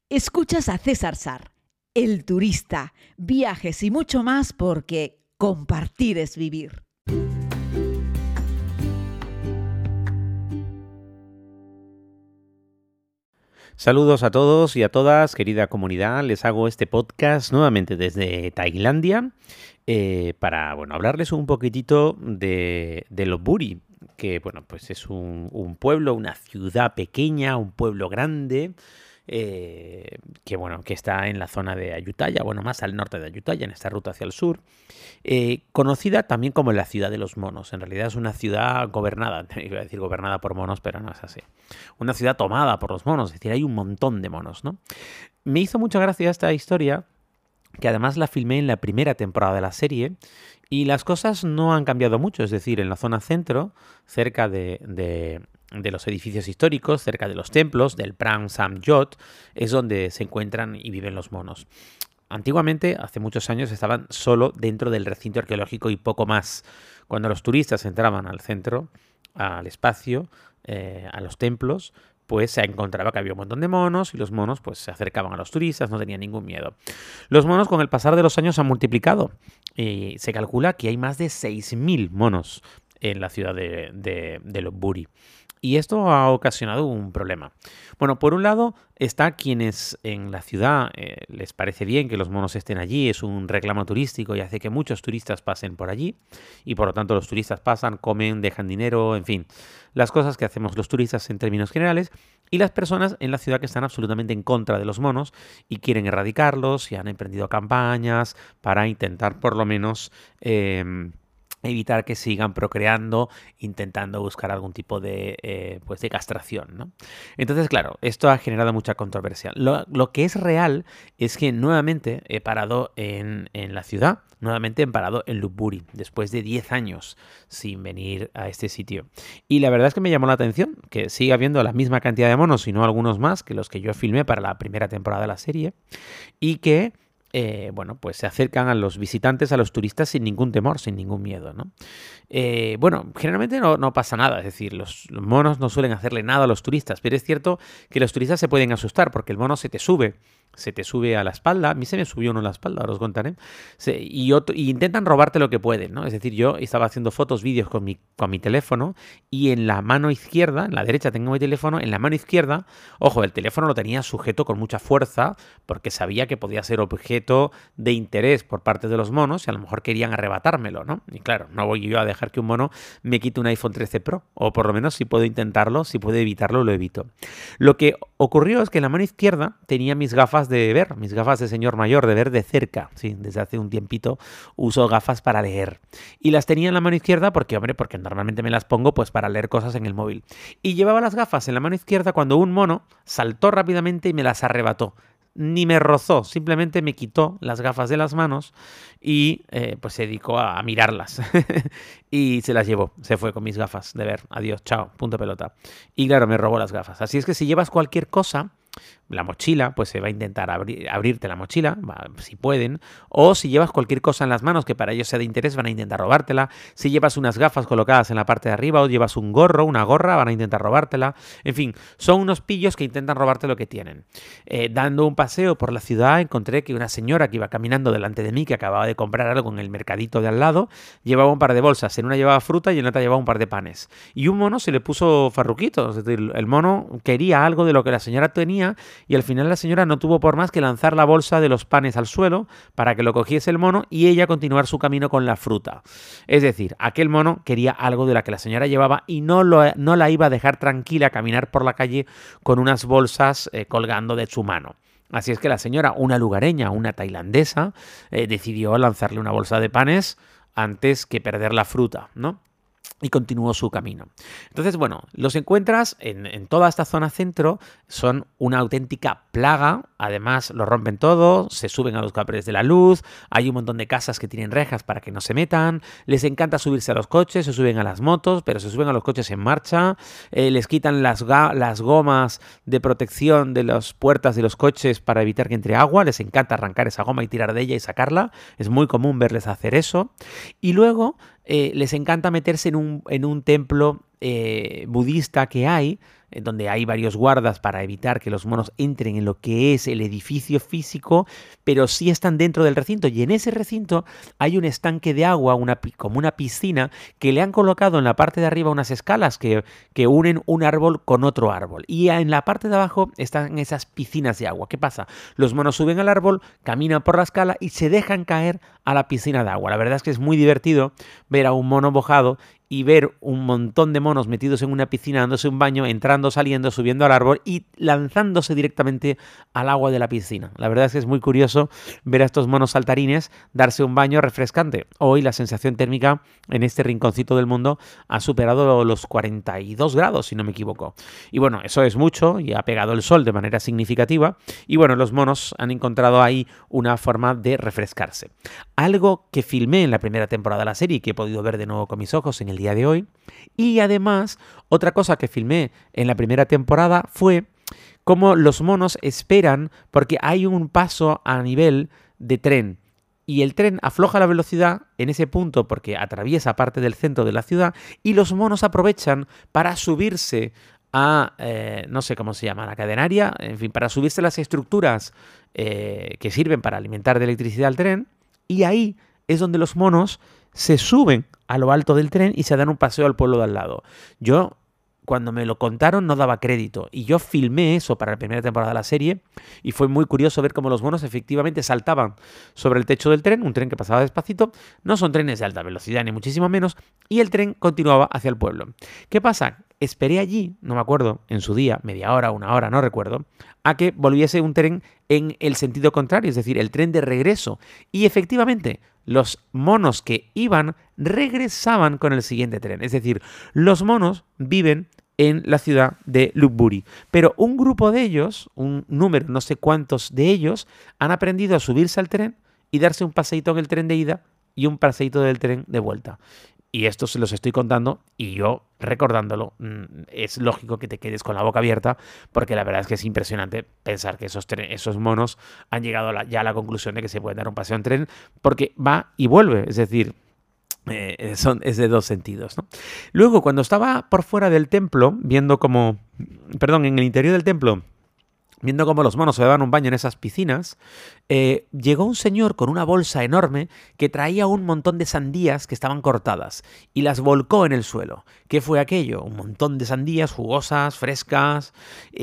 Escuchas a César Sar, el turista, viajes y mucho más porque compartir es vivir. Saludos a todos y a todas, querida comunidad. Les hago este podcast nuevamente desde Tailandia para hablarles un poquitito de Lopburi, que pues es un pueblo, una ciudad pequeña, un pueblo grande, que está en la zona de Ayutthaya, más al norte de Ayutthaya, en esta ruta hacia el sur, conocida también como la ciudad de los monos. En realidad es una ciudad gobernada, iba a decir gobernada por monos, pero no es así. Una ciudad tomada por los monos, es decir, hay un montón de monos, ¿no? Me hizo mucha gracia esta historia, que además la filmé en la primera temporada de la serie, y las cosas no han cambiado mucho, es decir, en la zona centro, cerca de los edificios históricos, cerca de los templos, del Prang Sam Yot, es donde se encuentran y viven los monos. Antiguamente, hace muchos años, estaban solo dentro del recinto arqueológico y poco más. Cuando los turistas entraban al centro, al espacio, a los templos, pues se encontraba que había un montón de monos y los monos pues se acercaban a los turistas, no tenían ningún miedo. Los monos con el pasar de los años han multiplicado y se calcula que hay más de 6.000 monos en la ciudad de Lopburi. Y esto ha ocasionado un problema. Bueno, por un lado está quienes en la ciudad les parece bien que los monos estén allí, es un reclamo turístico y hace que muchos turistas pasen por allí y por lo tanto los turistas pasan, comen, dejan dinero, en fin, las cosas que hacemos los turistas en términos generales, y las personas en la ciudad que están absolutamente en contra de los monos y quieren erradicarlos y han emprendido campañas para intentar por lo menos evitar que sigan procreando, intentando buscar algún tipo de castración, ¿no? Entonces, claro, esto ha generado mucha controversia. Lo que es real es que nuevamente he parado en la ciudad, nuevamente he parado en Lopburi, después de 10 años sin venir a este sitio. Y la verdad es que me llamó la atención que siga habiendo la misma cantidad de monos, si no algunos más, que los que yo filmé para la primera temporada de la serie, y que pues se acercan a los visitantes, a los turistas sin ningún temor, sin ningún miedo, ¿no? Generalmente no pasa nada, es decir, los monos no suelen hacerle nada a los turistas, pero es cierto que los turistas se pueden asustar porque el mono se te sube a la espalda. A mí se me subió uno a la espalda, ahora os contaré. Y intentan robarte lo que pueden, ¿no? Es decir, yo estaba haciendo fotos, vídeos con mi teléfono y en la mano izquierda, en la derecha tengo mi teléfono, en la mano izquierda, ojo, el teléfono lo tenía sujeto con mucha fuerza porque sabía que podía ser objeto de interés por parte de los monos y a lo mejor querían arrebatármelo, ¿no? Y claro, no voy yo a dejar que un mono me quite un iPhone 13 Pro, o por lo menos si puedo intentarlo, si puedo evitarlo, lo evito. Lo que ocurrió es que en la mano izquierda tenía mis gafas de ver, mis gafas de señor mayor, de ver de cerca. Sí, desde hace un tiempito uso gafas para leer. Y las tenía en la mano izquierda porque normalmente me las pongo pues para leer cosas en el móvil. Y llevaba las gafas en la mano izquierda cuando un mono saltó rápidamente y me las arrebató. Ni me rozó, simplemente me quitó las gafas de las manos y pues se dedicó a mirarlas y se las llevó, se fue con mis gafas de ver, adiós, chao, punto pelota. Y claro, me robó las gafas. Así es que si llevas cualquier cosa, la mochila, pues se va a intentar abrirte la mochila, si pueden, o si llevas cualquier cosa en las manos que para ellos sea de interés, van a intentar robártela. Si llevas unas gafas colocadas en la parte de arriba o llevas un gorro, una gorra, van a intentar robártela. En fin, son unos pillos que intentan robarte lo que tienen. Dando un paseo por la ciudad, encontré que una señora que iba caminando delante de mí, que acababa de comprar algo en el mercadito de al lado, llevaba un par de bolsas. En una llevaba fruta y en otra llevaba un par de panes. Y un mono se le puso farruquito, es decir, el mono quería algo de lo que la señora tenía y al final la señora no tuvo por más que lanzar la bolsa de los panes al suelo para que lo cogiese el mono y ella continuar su camino con la fruta. Es decir, aquel mono quería algo de la que la señora llevaba y no la iba a dejar tranquila caminar por la calle con unas bolsas colgando de su mano. Así es que la señora, una lugareña, una tailandesa, decidió lanzarle una bolsa de panes antes que perder la fruta, ¿no? Y continuó su camino. Entonces, los encuentras en toda esta zona centro, son una auténtica plaga, además lo rompen todo, se suben a los cables de la luz, hay un montón de casas que tienen rejas para que no se metan, les encanta subirse a los coches, se suben a las motos, pero se suben a los coches en marcha, les quitan las gomas de protección de las puertas de los coches para evitar que entre agua, les encanta arrancar esa goma y tirar de ella y sacarla, es muy común verles hacer eso, y luego les encanta meterse en un templo budista que hay, donde hay varios guardas para evitar que los monos entren en lo que es el edificio físico, pero sí están dentro del recinto. Y en ese recinto hay un estanque de agua, como una piscina, que le han colocado en la parte de arriba unas escalas que unen un árbol con otro árbol. Y en la parte de abajo están esas piscinas de agua. ¿Qué pasa? Los monos suben al árbol, caminan por la escala y se dejan caer a la piscina de agua. La verdad es que es muy divertido ver a un mono mojado y ver un montón de monos metidos en una piscina dándose un baño, entrando, saliendo, subiendo al árbol y lanzándose directamente al agua de la piscina. La verdad es que es muy curioso ver a estos monos saltarines darse un baño refrescante. Hoy la sensación térmica en este rinconcito del mundo ha superado los 42 grados, si no me equivoco. Y bueno, eso es mucho y ha pegado el sol de manera significativa. Y bueno, los monos han encontrado ahí una forma de refrescarse. Algo que filmé en la primera temporada de la serie y que he podido ver de nuevo con mis ojos en el día de hoy. Y además, otra cosa que filmé en la primera temporada fue cómo los monos esperan porque hay un paso a nivel de tren. Y el tren afloja la velocidad en ese punto porque atraviesa parte del centro de la ciudad y los monos aprovechan para subirse a, no sé cómo se llama, la cadenaria, en fin, para subirse a las estructuras que sirven para alimentar de electricidad al tren. Y ahí es donde los monos se suben a lo alto del tren y se dan un paseo al pueblo de al lado. Yo, cuando me lo contaron, no daba crédito. Y yo filmé eso para la primera temporada de la serie y fue muy curioso ver cómo los monos efectivamente saltaban sobre el techo del tren, un tren que pasaba despacito. No son trenes de alta velocidad, ni muchísimo menos, y el tren continuaba hacia el pueblo. ¿Qué pasa? Esperé allí, no me acuerdo, en su día, media hora, una hora, no recuerdo, a que volviese un tren en el sentido contrario, es decir, el tren de regreso. Y efectivamente, los monos que iban regresaban con el siguiente tren. Es decir, los monos viven en la ciudad de Lopburi. Pero un grupo de ellos, un número, no sé cuántos de ellos, han aprendido a subirse al tren y darse un paseíto en el tren de ida y un paseíto del tren de vuelta. Y esto se los estoy contando y yo recordándolo, es lógico que te quedes con la boca abierta porque la verdad es que es impresionante pensar que esos monos han llegado ya a la conclusión de que se pueden dar un paseo en tren porque va y vuelve, es decir, es de dos sentidos, ¿no? Luego, cuando estaba por fuera del templo, en el interior del templo, viendo cómo los monos se daban un baño en esas piscinas, llegó un señor con una bolsa enorme que traía un montón de sandías que estaban cortadas y las volcó en el suelo. ¿Qué fue aquello? Un montón de sandías jugosas, frescas,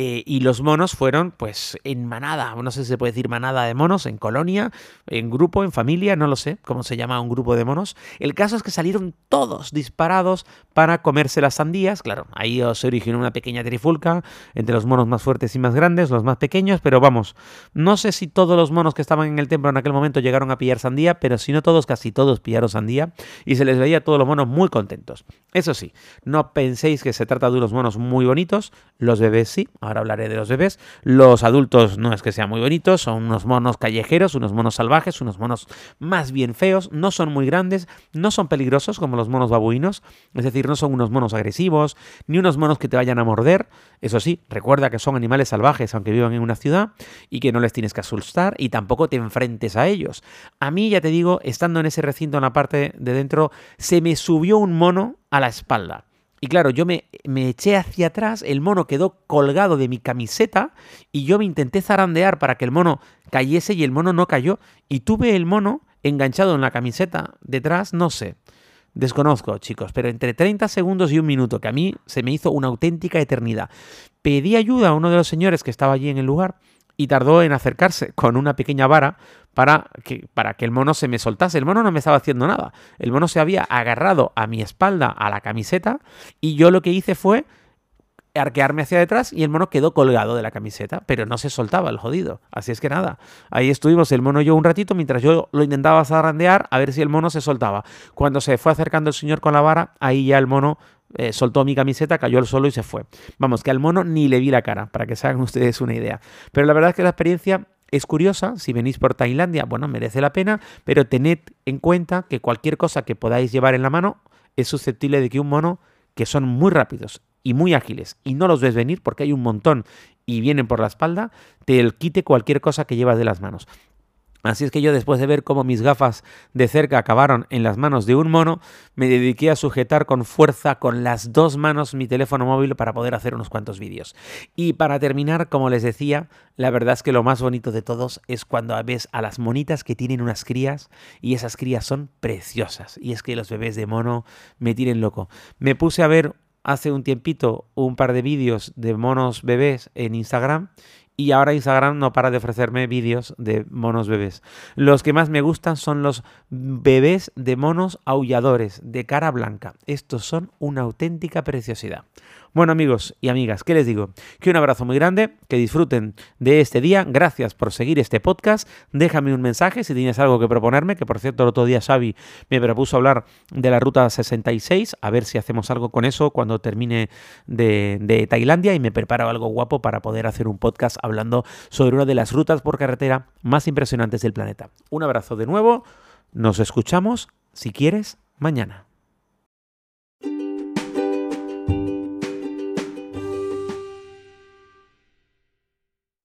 y los monos fueron pues en manada, no sé si se puede decir manada de monos, en colonia, en grupo, en familia, no lo sé cómo se llama un grupo de monos. El caso es que salieron todos disparados para comerse las sandías. Claro, ahí se originó una pequeña trifulca entre los monos más fuertes y más grandes, los más pequeños, pero vamos, no sé si todos los monos que estaban en el templo en aquel momento llegaron a pillar sandía, pero si no todos, casi todos pillaron sandía y se les veía a todos los monos muy contentos. Eso sí, no penséis que se trata de unos monos muy bonitos, los bebés sí, ahora hablaré de los bebés, los adultos no es que sean muy bonitos, son unos monos callejeros, unos monos salvajes, unos monos más bien feos, no son muy grandes, no son peligrosos como los monos babuinos, es decir, no son unos monos agresivos, ni unos monos que te vayan a morder. Eso sí, recuerda que son animales salvajes, aunque vivan en una ciudad, y que no les tienes que asustar y tampoco te enfrentes a ellos. A mí, ya te digo, estando en ese recinto en la parte de dentro, se me subió un mono a la espalda. Y claro, yo me eché hacia atrás, el mono quedó colgado de mi camiseta y yo me intenté zarandear para que el mono cayese y el mono no cayó. Y tuve el mono enganchado en la camiseta detrás, no sé. Desconozco, chicos, pero entre 30 segundos y un minuto, que a mí se me hizo una auténtica eternidad. Pedí ayuda a uno de los señores que estaba allí en el lugar y tardó en acercarse con una pequeña vara para que el mono se me soltase. El mono no me estaba haciendo nada. El mono se había agarrado a mi espalda, a la camiseta, y yo lo que hice fue arquearme hacia detrás y el mono quedó colgado de la camiseta, pero no se soltaba el jodido. Así es que nada, ahí estuvimos el mono y yo un ratito mientras yo lo intentaba zarandear a ver si el mono se soltaba. Cuando se fue acercando el señor con la vara, ahí ya el mono soltó mi camiseta, cayó al suelo y se fue. Vamos, que al mono ni le vi la cara, para que se hagan ustedes una idea. Pero la verdad es que la experiencia es curiosa. Si venís por Tailandia, bueno, merece la pena, pero tened en cuenta que cualquier cosa que podáis llevar en la mano es susceptible de que un mono, que son muy rápidos y muy ágiles y no los ves venir porque hay un montón y vienen por la espalda, te quite cualquier cosa que llevas de las manos. Así es que yo, después de ver cómo mis gafas de cerca acabaron en las manos de un mono, me dediqué a sujetar con fuerza con las dos manos mi teléfono móvil para poder hacer unos cuantos vídeos. Y para terminar, como les decía, la verdad es que lo más bonito de todos es cuando ves a las monitas que tienen unas crías, y esas crías son preciosas. Y es que los bebés de mono me tienen loco. Me puse a ver hace un tiempito un par de vídeos de monos bebés en Instagram, y ahora Instagram no para de ofrecerme vídeos de monos bebés. Los que más me gustan son los bebés de monos aulladores de cara blanca. Estos son una auténtica preciosidad. Bueno, amigos y amigas, ¿qué les digo? Que un abrazo muy grande, que disfruten de este día. Gracias por seguir este podcast. Déjame un mensaje si tienes algo que proponerme, que por cierto el otro día Xavi me propuso hablar de la Ruta 66, a ver si hacemos algo con eso cuando termine de Tailandia, y me preparo algo guapo para poder hacer un podcast hablando sobre una de las rutas por carretera más impresionantes del planeta. Un abrazo de nuevo, nos escuchamos, si quieres, mañana.